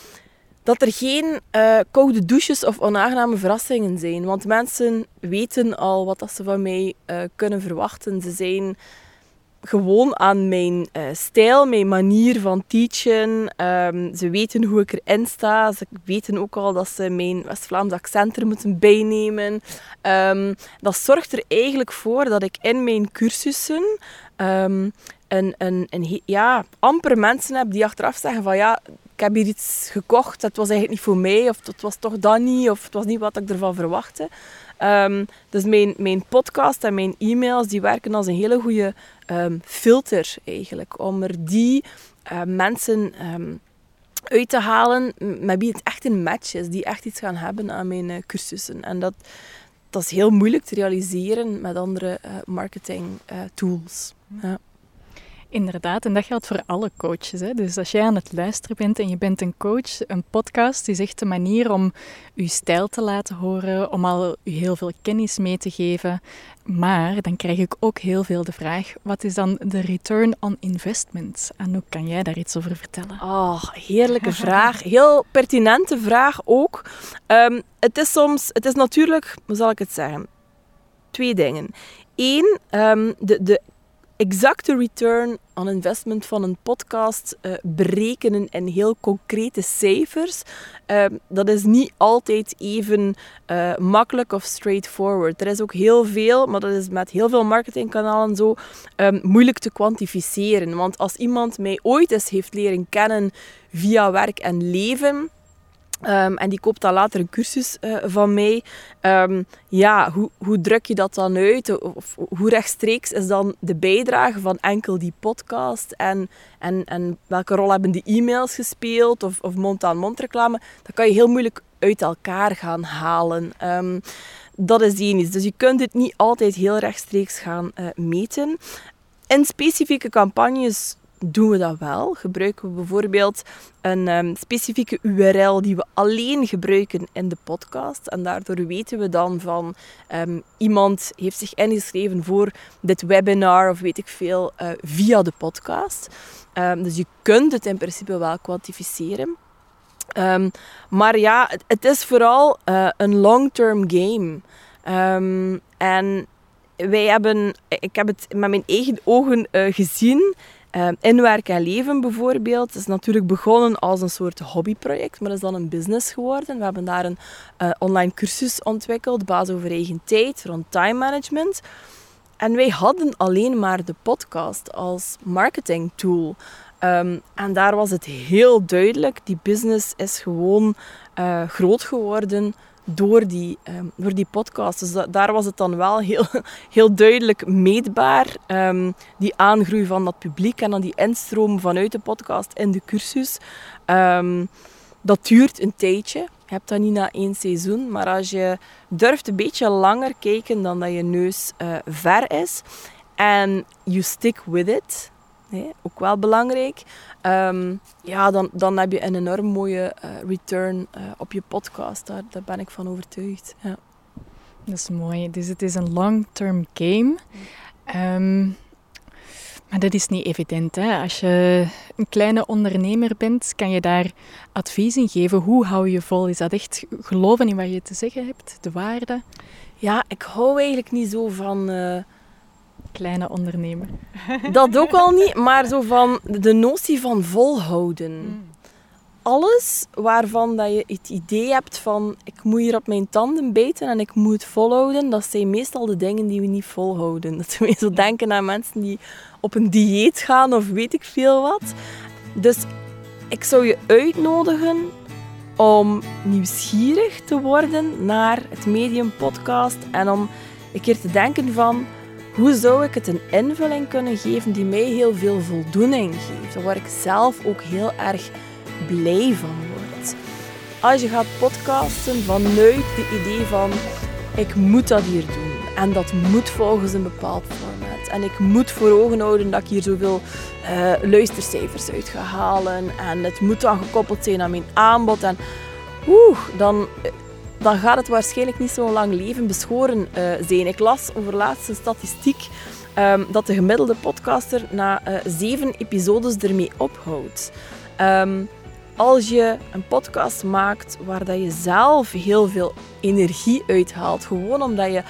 dat er geen uh, koude douches of onaangename verrassingen zijn. Want mensen weten al wat dat ze van mij uh, kunnen verwachten. Ze zijn gewoon aan mijn uh, stijl, mijn manier van teachen. Um, ze weten hoe ik erin sta. Ze weten ook al dat ze mijn West-Vlaams accent er moeten bijnemen. Um, dat zorgt er eigenlijk voor dat ik in mijn cursussen... Um, Een, een, een, ja, amper mensen heb die achteraf zeggen van ja, ik heb hier iets gekocht, het was eigenlijk niet voor mij, of het was toch dat niet, of het was niet wat ik ervan verwachtte. Um, dus mijn, mijn podcast en mijn e-mails, die werken als een hele goede um, filter eigenlijk, om er die uh, mensen um, uit te halen met wie het echt een match is, die echt iets gaan hebben aan mijn uh, cursussen. En dat... dat is heel moeilijk te realiseren met andere uh, marketing uh, tools. Ja. Inderdaad, en dat geldt voor alle coaches. Hè? Dus als jij aan het luisteren bent en je bent een coach, een podcast is echt een manier om je stijl te laten horen, om al je heel veel kennis mee te geven. Maar dan krijg ik ook heel veel de vraag, wat is dan de return on investment? Anouk, kan jij daar iets over vertellen? Oh, heerlijke vraag. Heel pertinente vraag ook. Um, het is soms, het is natuurlijk, hoe zal ik het zeggen, twee dingen. Eén, um, de, de exacte return on investment van een podcast uh, berekenen in heel concrete cijfers, uh, dat is niet altijd even uh, makkelijk of straightforward. Er is ook heel veel, maar dat is met heel veel marketingkanalen zo, um, moeilijk te kwantificeren. Want als iemand mij ooit eens heeft leren kennen via werk en leven, Um, en die koopt dan later een cursus uh, van mij. Um, ja, hoe, hoe druk je dat dan uit? Of hoe rechtstreeks is dan de bijdrage van enkel die podcast? En, en, en welke rol hebben die e-mails gespeeld? Of, of mond-aan-mond reclame? Dat kan je heel moeilijk uit elkaar gaan halen. Um, dat is één iets. Dus je kunt het niet altijd heel rechtstreeks gaan uh, meten. In specifieke campagnes doen we dat wel. Gebruiken we bijvoorbeeld een um, specifieke U R L die we alleen gebruiken in de podcast. En daardoor weten we dan van um, iemand heeft zich ingeschreven voor dit webinar of weet ik veel uh, via de podcast. Um, dus je kunt het in principe wel kwantificeren. Um, maar ja, het, het is vooral uh, een long-term game. Um, en wij hebben, ik heb het met mijn eigen ogen uh, gezien. Uh, in werk en leven bijvoorbeeld. Het is natuurlijk begonnen als een soort hobbyproject, maar dat is dan een business geworden. We hebben daar een uh, online cursus ontwikkeld, basis over eigen tijd, rond time management. En wij hadden alleen maar de podcast als marketing tool. Um, en daar was het heel duidelijk, die business is gewoon uh, groot geworden door die, um, door die podcast. Dus da- daar was het dan wel heel, heel duidelijk meetbaar. Um, die aangroei van dat publiek en dan die instroom vanuit de podcast in de cursus. Um, dat duurt een tijdje. Je hebt dat niet na één seizoen. Maar als je durft een beetje langer kijken dan dat je neus uh, ver is. En you stick with it. Nee, ook wel belangrijk. Um, ja, dan, dan heb je een enorm mooie uh, return uh, op je podcast. Daar, daar ben ik van overtuigd. Ja. Dat is mooi. Dus het is een long-term game. Um, maar dat is niet evident, hè? Als je een kleine ondernemer bent, kan je daar advies in geven. Hoe hou je vol? Is dat echt geloven in wat je te zeggen hebt? De waarde? Ja, ik hou eigenlijk niet zo van... Uh, kleine ondernemer. Dat ook al niet, maar zo van de notie van volhouden. Mm. Alles waarvan dat je het idee hebt van ik moet hier op mijn tanden bijten en ik moet het volhouden, dat zijn meestal de dingen die we niet volhouden. Dat we zo denken aan mensen die op een dieet gaan of weet ik veel wat. Dus ik zou je uitnodigen om nieuwsgierig te worden naar het medium podcast en om een keer te denken van hoe zou ik het een invulling kunnen geven die mij heel veel voldoening geeft? Waar ik zelf ook heel erg blij van word. Als je gaat podcasten vanuit het idee van ik moet dat hier doen. En dat moet volgens een bepaald format. En ik moet voor ogen houden dat ik hier zoveel uh, luistercijfers uit ga halen. En het moet dan gekoppeld zijn aan mijn aanbod. En oeh, dan... dan gaat het waarschijnlijk niet zo lang leven beschoren uh, zijn. Ik las over laatst een statistiek um, dat de gemiddelde podcaster na uh, zeven episodes ermee ophoudt. Um, als je een podcast maakt waar dat je zelf heel veel energie uithaalt, gewoon omdat je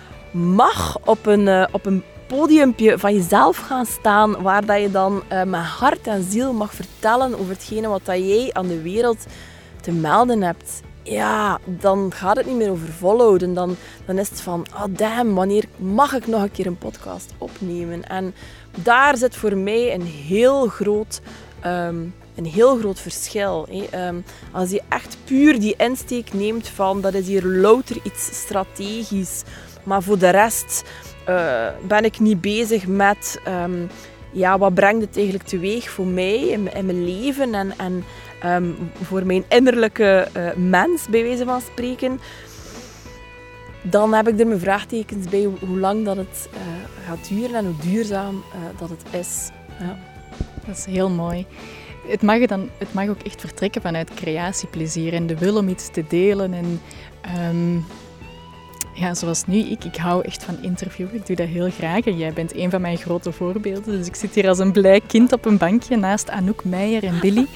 mag op een, uh, op een podiumpje van jezelf gaan staan, waar dat je dan uh, met hart en ziel mag vertellen over hetgene wat dat jij aan de wereld te melden hebt. Ja, dan gaat het niet meer over volhouden. Dan, dan is het van, oh damn, wanneer mag ik nog een keer een podcast opnemen? En daar zit voor mij een heel groot, um, een heel groot verschil. Hè. Um, als je echt puur die insteek neemt van, dat is hier louter iets strategisch. Maar voor de rest uh, ben ik niet bezig met, um, ja, wat brengt het eigenlijk teweeg voor mij in, in mijn leven en... en Um, voor mijn innerlijke uh, mens, bij wijze van spreken. dan heb ik er mijn vraagtekens bij hoe, hoe lang dat het uh, gaat duren en hoe duurzaam uh, dat het is. Ja. Dat is heel mooi. Het mag, dan, het mag ook echt vertrekken vanuit creatieplezier en de wil om iets te delen. En um, ja, zoals nu, ik, ik hou echt van interviewen. Ik doe dat heel graag en jij bent een van mijn grote voorbeelden. Dus ik zit hier als een blij kind op een bankje naast Anouk Meijer en Billy.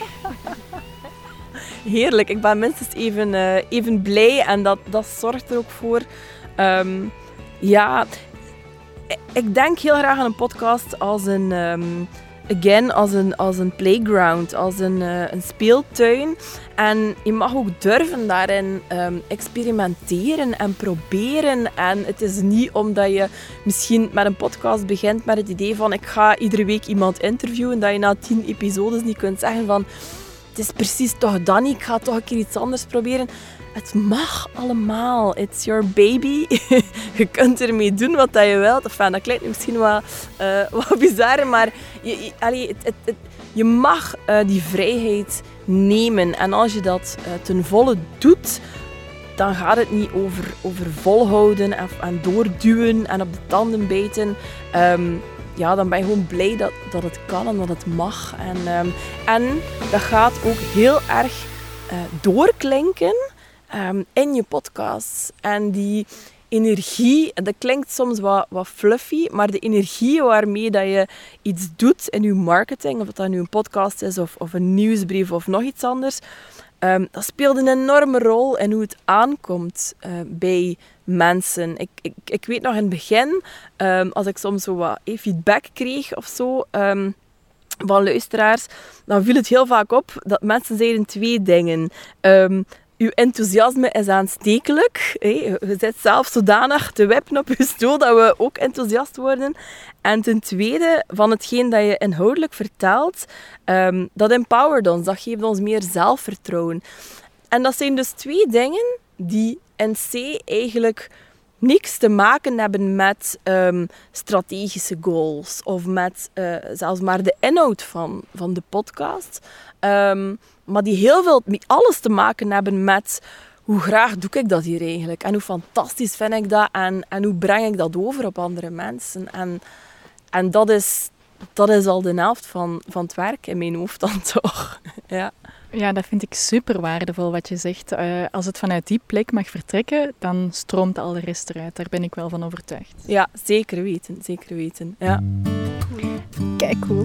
Heerlijk, ik ben minstens even, uh, even blij en dat, dat zorgt er ook voor. Um, ja, ik denk heel graag aan een podcast als een... Um, Again, als een, als een playground, als een, uh, een speeltuin. En je mag ook durven daarin um, experimenteren en proberen. En het is niet omdat je misschien met een podcast begint met het idee van ik ga iedere week iemand interviewen, dat je na tien episodes niet kunt zeggen van het is precies toch dat niet, ik ga toch een keer iets anders proberen. Het mag allemaal. It's your baby. Je kunt ermee doen wat je wilt. Enfin, dat klinkt misschien wat, uh, wat bizar, maar je, je, allee, het, het, het, je mag uh, die vrijheid nemen. En als je dat uh, ten volle doet, dan gaat het niet over, over volhouden en, en doorduwen en op de tanden bijten. Um, ja, dan ben je gewoon blij dat, dat het kan en dat het mag. En, um, en dat gaat ook heel erg uh, doorklinken Um, in je podcast. En die energie, dat klinkt soms wat, wat fluffy, maar de energie waarmee dat je iets doet in je marketing, of dat nu een podcast is of, of een nieuwsbrief of nog iets anders, um, dat speelt een enorme rol in hoe het aankomt uh, bij mensen. Ik, ik, ik weet nog in het begin, um, als ik soms zo wat eh, feedback kreeg of zo, um, van luisteraars, dan viel het heel vaak op dat mensen zeiden twee dingen. Um, Uw enthousiasme is aanstekelijk. Je zit zelf zodanig te wippen op je stoel dat we ook enthousiast worden. En ten tweede, van hetgeen dat je inhoudelijk vertelt, um, dat empowert ons. Dat geeft ons meer zelfvertrouwen. En dat zijn dus twee dingen die in C eigenlijk niks te maken hebben met um, strategische goals. Of met uh, zelfs maar de inhoud van, van de podcast. Um, maar die heel veel, met alles te maken hebben met hoe graag doe ik dat hier eigenlijk. En hoe fantastisch vind ik dat. En, en hoe breng ik dat over op andere mensen. En, en dat, is, dat is al de helft van, van het werk in mijn hoofd dan toch. Ja. Ja, dat vind ik super waardevol wat je zegt. Uh, als het vanuit die plek mag vertrekken, dan stroomt al de rest eruit. Daar ben ik wel van overtuigd. Ja, zeker weten. Zeker weten. Ja. Kijk, cool.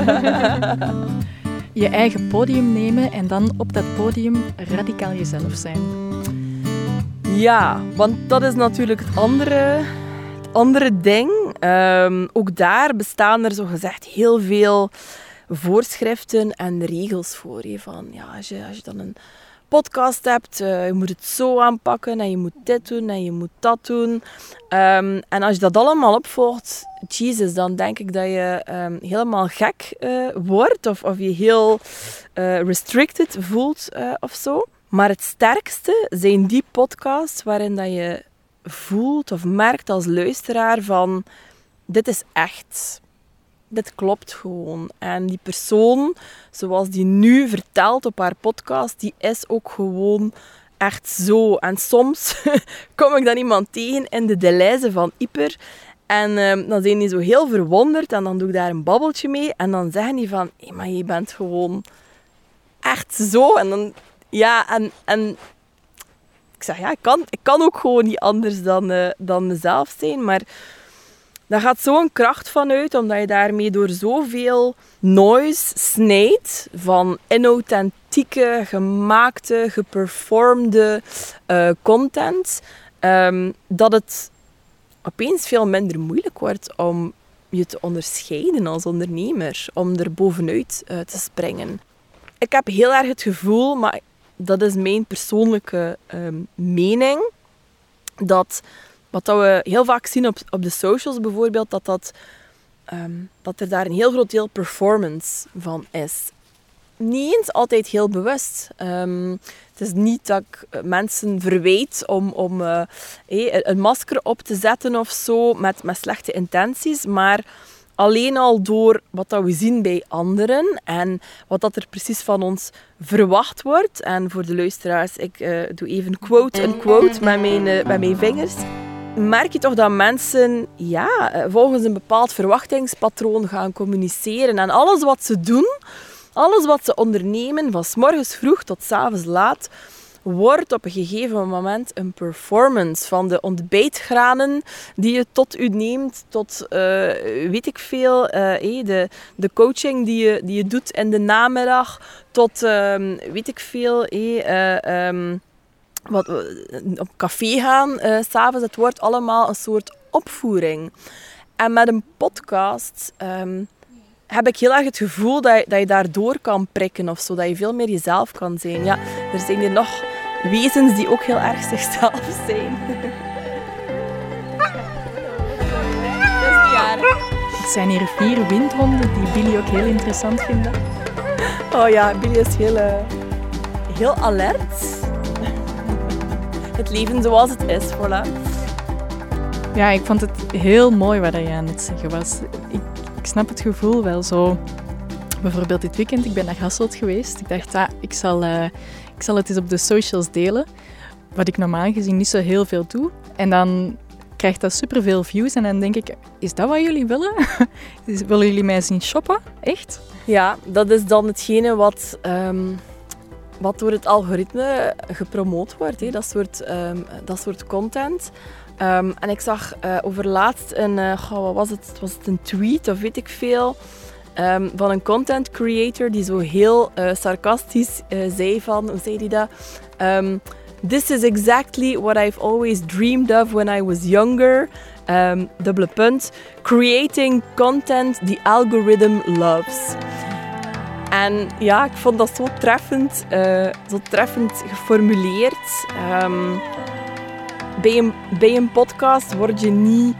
Je eigen podium nemen en dan op dat podium radicaal jezelf zijn. Ja, want dat is natuurlijk het andere, het andere ding. Um, ook daar bestaan er zogezegd heel veel voorschriften en regels voor je. Van, ja, als, je, als je dan een podcast hebt, uh, je moet het zo aanpakken en je moet dit doen en je moet dat doen. Um, en als je dat allemaal opvolgt, Jesus, dan denk ik dat je um, helemaal gek uh, wordt of, of je heel uh, restricted voelt uh, of zo. Maar het sterkste zijn die podcasts waarin dat je voelt of merkt als luisteraar van dit is echt. Dit klopt gewoon. En die persoon, zoals die nu vertelt op haar podcast, die is ook gewoon echt zo. En soms kom ik dan iemand tegen in de Deleuze van Ieper. En um, dan zijn die zo heel verwonderd en dan doe ik daar een babbeltje mee. En dan zeggen die van, hé, maar je bent gewoon echt zo. En dan, ja, en, en ik zeg, ja, ik kan, ik kan ook gewoon niet anders dan, uh, dan mezelf zijn. Maar daar gaat zo'n kracht van uit, omdat je daarmee door zoveel noise snijdt van inauthentieke, gemaakte, geperformde uh, content, um, dat het opeens veel minder moeilijk wordt om je te onderscheiden als ondernemer, om er bovenuit uh, te springen. Ik heb heel erg het gevoel, maar dat is mijn persoonlijke um, mening, dat wat we heel vaak zien op, op de socials bijvoorbeeld, dat, dat, um, dat er daar een heel groot deel performance van is. Niet eens altijd heel bewust. Um, het is niet dat ik mensen verwijt om, om uh, hey, een masker op te zetten of zo met, met slechte intenties, maar Alleen al door wat dat we zien bij anderen en wat dat er precies van ons verwacht wordt. En voor de luisteraars, ik uh, doe even quote een quote met mijn, uh, met mijn vingers. Merk je toch dat mensen ja, volgens een bepaald verwachtingspatroon gaan communiceren. En alles wat ze doen, alles wat ze ondernemen, van 's morgens vroeg tot 's avonds laat, wordt op een gegeven moment een performance. Van de ontbijtgranen die je tot u neemt, tot uh, weet ik veel, uh, de, de coaching die je, die je doet in de namiddag, tot uh, weet ik veel, uh, um, wat, op café gaan, uh, 's avonds. Het wordt allemaal een soort opvoering. En met een podcast um, heb ik heel erg het gevoel dat je, dat je daardoor kan prikken of zo, dat je veel meer jezelf kan zijn. Ja, er zijn hier nog wezens die ook heel erg zichzelf zijn. Dat is niet aardig. Het zijn hier vier windhonden die Billy ook heel interessant vinden. Oh ja, Billy is heel, uh, heel alert. Het leven zoals het is, voilà. Ja, ik vond het heel mooi wat je aan het zeggen was. Ik, ik snap het gevoel wel zo. Bijvoorbeeld dit weekend, ik ben naar Hasselt geweest. Ik dacht, ah, ik, zal, uh, ik zal het eens op de socials delen. Wat ik normaal gezien niet zo heel veel doe. En dan krijgt dat superveel views. En dan denk ik, is dat wat jullie willen? Willen jullie mij zien shoppen? Echt? Ja, dat is dan hetgene wat... Um... wat door het algoritme gepromoot wordt, hè. Dat, soort, um, dat soort content. Um, en ik zag uh, overlaatst een, uh, goh, wat was het? Was het een tweet of weet ik veel, um, van een content creator die zo heel uh, sarcastisch uh, zei van, hoe zei die dat? Um, This is exactly what I've always dreamed of when I was younger. Um, dubbele punt. Creating content the algorithm loves. En ja, ik vond dat zo treffend, uh, zo treffend geformuleerd. Um, bij, een, bij een podcast word je niet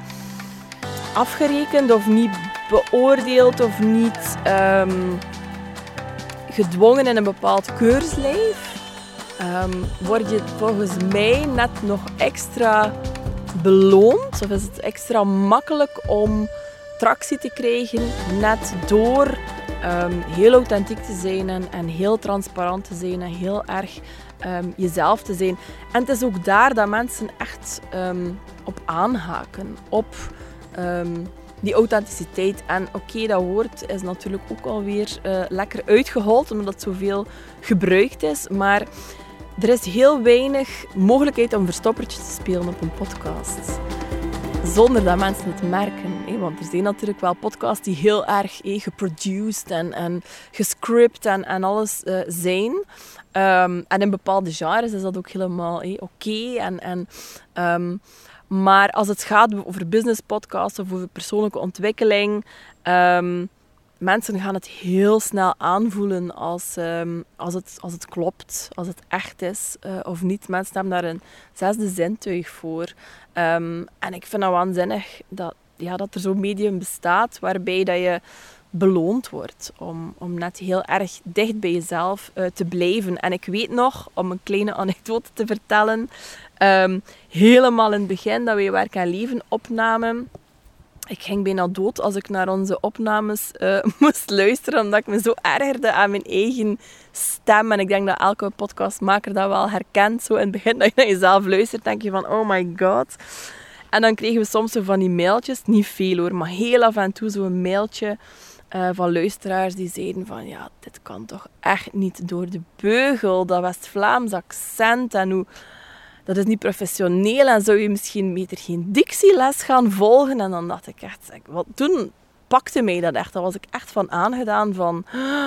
afgerekend of niet beoordeeld of niet um, gedwongen in een bepaald keurslijf. Um, word je volgens mij net nog extra beloond of is het extra makkelijk om tractie te krijgen net door um, heel authentiek te zijn en, en heel transparant te zijn en heel erg um, jezelf te zijn. En het is ook daar dat mensen echt um, op aanhaken, op um, die authenticiteit. En oké, okay, dat woord is natuurlijk ook alweer uh, lekker uitgehold, omdat het zoveel gebruikt is, maar er is heel weinig mogelijkheid om verstoppertjes te spelen op een podcast. Zonder dat mensen het merken. Hè? Want er zijn natuurlijk wel podcasts die heel erg hè, geproduced en, en gescript en, en alles uh, zijn. Um, en in bepaalde genres is dat ook helemaal oké. Okay. En, en, um, maar als het gaat over business podcasts of over persoonlijke ontwikkeling... Um, mensen gaan het heel snel aanvoelen als, um, als, het, als het klopt, als het echt is uh, of niet. Mensen hebben daar een zesde zintuig voor. Um, en ik vind dat waanzinnig dat, ja, dat er zo'n medium bestaat waarbij dat je beloond wordt om, om net heel erg dicht bij jezelf uh, te blijven. En ik weet nog, om een kleine anekdote te vertellen, um, helemaal in het begin dat wij Werk en Leven opnamen. Ik ging bijna dood als ik naar onze opnames uh, moest luisteren, omdat ik me zo ergerde aan mijn eigen stem. En ik denk dat elke podcastmaker dat wel herkent. Zo in het begin dat je naar jezelf luistert, denk je van, oh my god. En dan kregen we soms zo van die mailtjes, niet veel hoor, maar heel af en toe zo'n mailtje uh, van luisteraars die zeiden van, ja, dit kan toch echt niet door de beugel, dat West-Vlaams accent en hoe... Dat is niet professioneel en zou je misschien beter geen dictieles gaan volgen? En dan dacht ik echt, wat, toen pakte mij dat echt. Daar was ik echt van aangedaan van,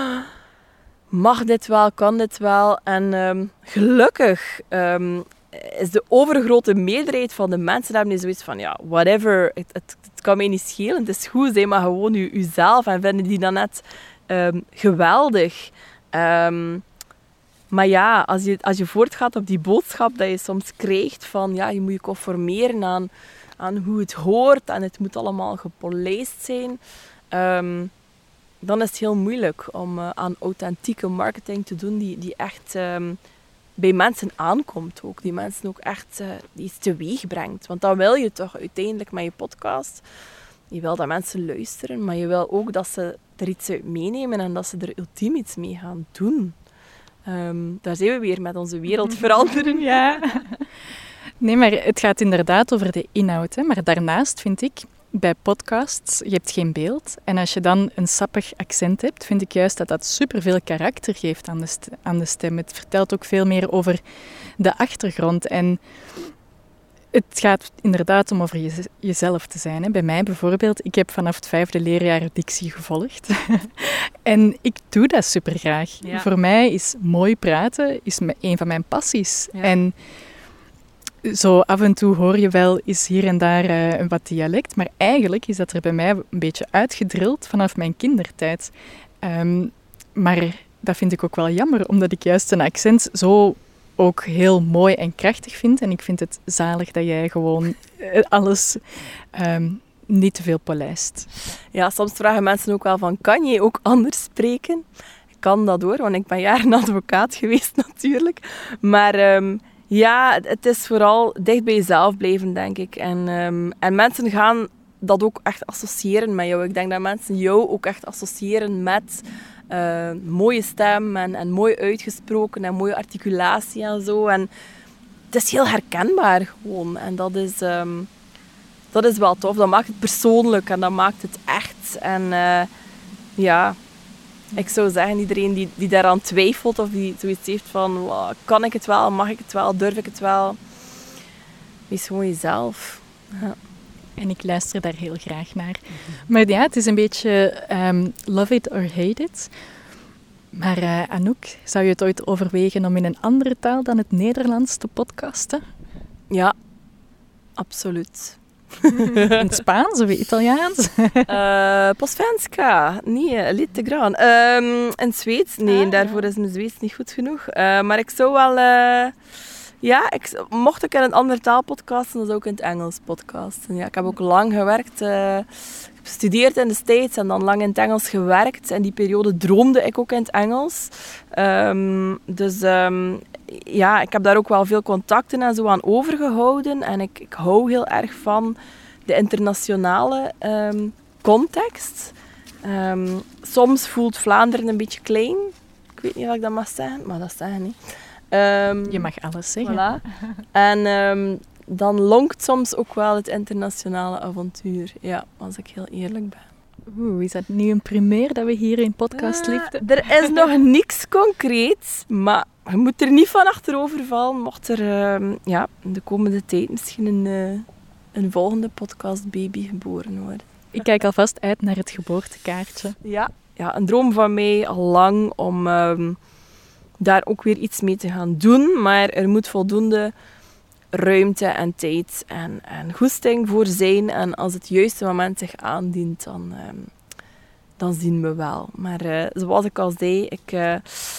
mag dit wel, kan dit wel? En um, gelukkig um, is de overgrote meerderheid van de mensen hebben die zoiets van, ja, whatever, het, het, het kan mij niet schelen, het is goed, zeg maar gewoon u, uzelf en vinden die dan net um, geweldig. Um, Maar ja, als je, als je voortgaat op die boodschap dat je soms krijgt van ja, je moet je conformeren aan, aan hoe het hoort en het moet allemaal gepolijst zijn, um, dan is het heel moeilijk om uh, aan authentieke marketing te doen die, die echt um, bij mensen aankomt ook. Die mensen ook echt uh, iets teweeg brengt. Want dat wil je toch uiteindelijk met je podcast. je wil dat mensen luisteren, maar je wil ook dat ze er iets uit meenemen en dat ze er ultiem iets mee gaan doen. Um, daar zijn we weer met onze wereld veranderen. Ja. Nee, maar het gaat inderdaad over de inhoud. Hè. Maar daarnaast vind ik, bij podcasts, je hebt geen beeld. En als je dan een sappig accent hebt, vind ik juist dat dat superveel karakter geeft aan de, st- aan de stem. Het vertelt ook veel meer over de achtergrond. En het gaat inderdaad om over je, jezelf te zijn. Hè. Bij mij bijvoorbeeld, ik heb vanaf het vijfde leerjaar dictie gevolgd. En ik doe dat supergraag. Ja. Voor mij is mooi praten is een van mijn passies. Ja. En zo af en toe hoor je wel eens hier en daar uh, een wat dialect. Maar eigenlijk is dat er bij mij een beetje uitgedrild vanaf mijn kindertijd. Um, maar dat vind ik ook wel jammer, omdat ik juist een accent zo ook heel mooi en krachtig vind. En ik vind het zalig dat jij gewoon uh, alles um, niet te veel polijst. Ja, soms vragen mensen ook wel van, kan je ook anders spreken? Ik kan dat hoor, want ik ben jaren advocaat geweest natuurlijk. Maar um, ja, het is vooral dicht bij jezelf blijven, denk ik. En, um, en mensen gaan dat ook echt associëren met jou. Ik denk dat mensen jou ook echt associëren met uh, mooie stem en, en mooi uitgesproken en mooie articulatie en zo. En het is heel herkenbaar gewoon. En dat is, um, dat is wel tof. Dat maakt het persoonlijk en dat maakt het echt. En uh, ja, ik zou zeggen, iedereen die, die daaraan twijfelt of die zoiets heeft van, wow, kan ik het wel, mag ik het wel, durf ik het wel? Wees gewoon jezelf. Ja. En ik luister daar heel graag naar. Mm-hmm. Maar ja, het is een beetje um, love it or hate it. Maar uh, Anouk, zou je het ooit overwegen om in een andere taal dan het Nederlands te podcasten? Ja, absoluut. In het Spaans of Italiaans? uh, Posvenska, nee, lite gran. Um, in Zweeds, nee, ah, daarvoor is mijn Zweeds niet goed genoeg. Uh, maar ik zou wel... Uh, ja, ik, mocht ik in een andere taal podcasten, dan zou ik in het Engels podcasten. Ja, ik heb ook lang gewerkt. Uh, ik heb gestudeerd in de States en dan lang in het Engels gewerkt. In die periode droomde ik ook in het Engels. Um, dus... Um, ja, ik heb daar ook wel veel contacten en zo aan overgehouden. En ik, ik hou heel erg van de internationale um, context. Um, soms voelt Vlaanderen een beetje klein. Ik weet niet of ik dat mag zeggen, maar dat zeg ik niet. Um, Je mag alles zeggen. Voilà. En um, dan lonkt soms ook wel het internationale avontuur. Ja, als ik heel eerlijk ben. Oeh, is dat nu een primeur dat we hier in Podcast Liefde? Uh, er is nog niks concreets, maar je moet er niet van achterover vallen. Mocht er uh, ja, in de komende tijd misschien een, uh, een volgende podcastbaby geboren worden. Ik kijk alvast uit naar het geboortekaartje. Ja, ja, een droom van mij al lang om um, daar ook weer iets mee te gaan doen. Maar er moet voldoende ruimte en tijd en, en goesting voor zijn. En als het juiste moment zich aandient, dan, um, dan zien we wel. Maar uh, zoals ik al zei, ik, uh,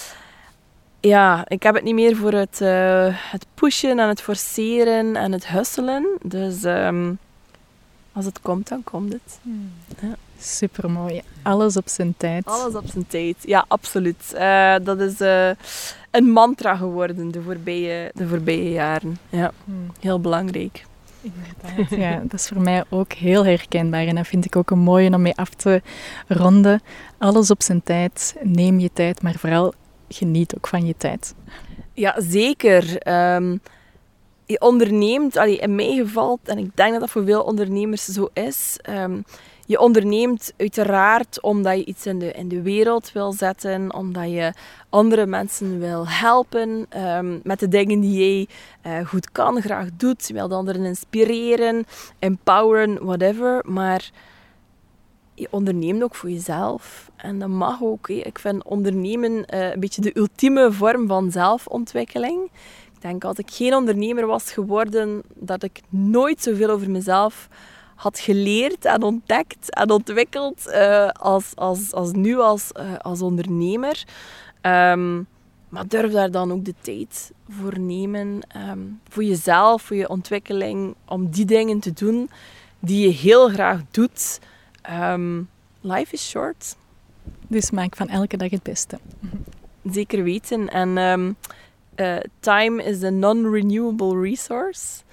ja, ik heb het niet meer voor het, uh, het pushen en het forceren en het hustelen. Dus um, als het komt, dan komt het. Hmm. Ja. Supermooi. Alles op zijn tijd. Alles op zijn tijd, ja, absoluut. Uh, dat is uh, een mantra geworden de voorbije, de voorbije jaren. Ja, hmm. Heel belangrijk. Inderdaad, ja. Dat is voor mij ook heel herkenbaar. En dat vind ik ook een mooie om mee af te ronden. Alles op zijn tijd. Neem je tijd, maar vooral geniet ook van je tijd. Ja, zeker. Um, je onderneemt, allee, in mijn geval, en ik denk dat dat voor veel ondernemers zo is... Um, Je onderneemt uiteraard omdat je iets in de, in de wereld wil zetten, omdat je andere mensen wil helpen um, met de dingen die jij uh, goed kan, graag doet. Je wilt anderen inspireren, empoweren, whatever. Maar je onderneemt ook voor jezelf. En dat mag ook. Hé. Ik vind ondernemen uh, een beetje de ultieme vorm van zelfontwikkeling. Ik denk, als ik geen ondernemer was geworden, dat ik nooit zoveel over mezelf had geleerd en ontdekt en ontwikkeld uh, als, als, als nu als, uh, als ondernemer. Um, maar durf daar dan ook de tijd voor nemen. Um, voor jezelf, voor je ontwikkeling. Om die dingen te doen die je heel graag doet. Um, life is short. Dus maak van elke dag het beste. Zeker weten. En um, uh, time is a non-renewable resource.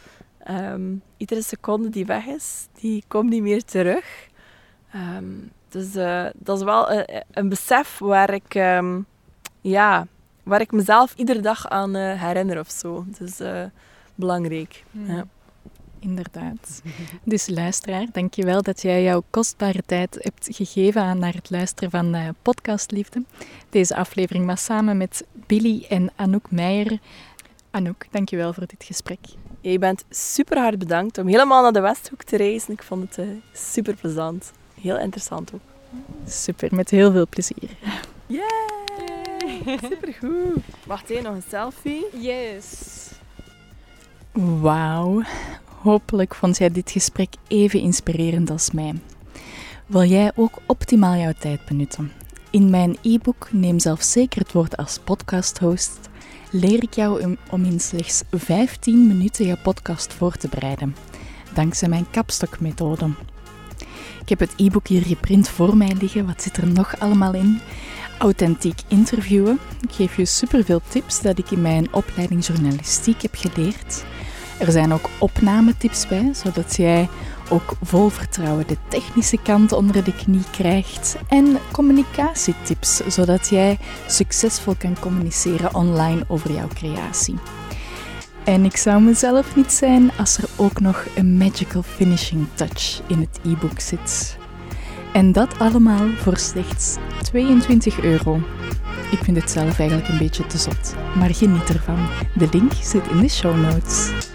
Um, iedere seconde die weg is, die komt niet meer terug. Um, dus uh, dat is wel een, een besef waar ik, um, ja, waar ik mezelf iedere dag aan uh, herinner of zo. Dus uh, belangrijk. Mm. Ja. Inderdaad. Dus luisteraar, dank je wel dat jij jouw kostbare tijd hebt gegeven aan naar het luisteren van uh, Podcast Liefde. Deze aflevering was samen met Billy en Anouk Meijer. Anouk, dank je wel voor dit gesprek. Je bent super hard bedankt om helemaal naar de Westhoek te reizen. Ik vond het uh, super plezant. Heel interessant ook. Super, met heel veel plezier. Yay! Supergoed. Wacht even, nog een selfie? Yes. Wauw. Hopelijk vond jij dit gesprek even inspirerend als mij. Wil jij ook optimaal jouw tijd benutten? In mijn e-book Neem zelfzeker het woord als podcasthost leer ik jou om in slechts vijftien minuten je podcast voor te bereiden, dankzij mijn kapstokmethode. Ik heb het e-book hier geprint voor mij liggen. Wat zit er nog allemaal in? Authentiek interviewen. Ik geef je superveel tips dat ik in mijn opleiding journalistiek heb geleerd. Er zijn ook opnametips bij, zodat jij ook vol vertrouwen de technische kant onder de knie krijgt. En communicatietips, zodat jij succesvol kan communiceren online over jouw creatie. En ik zou mezelf niet zijn als er ook nog een magical finishing touch in het e-book zit. En dat allemaal voor slechts tweeëntwintig euro. Ik vind het zelf eigenlijk een beetje te zot, maar geniet ervan. De link zit in de show notes.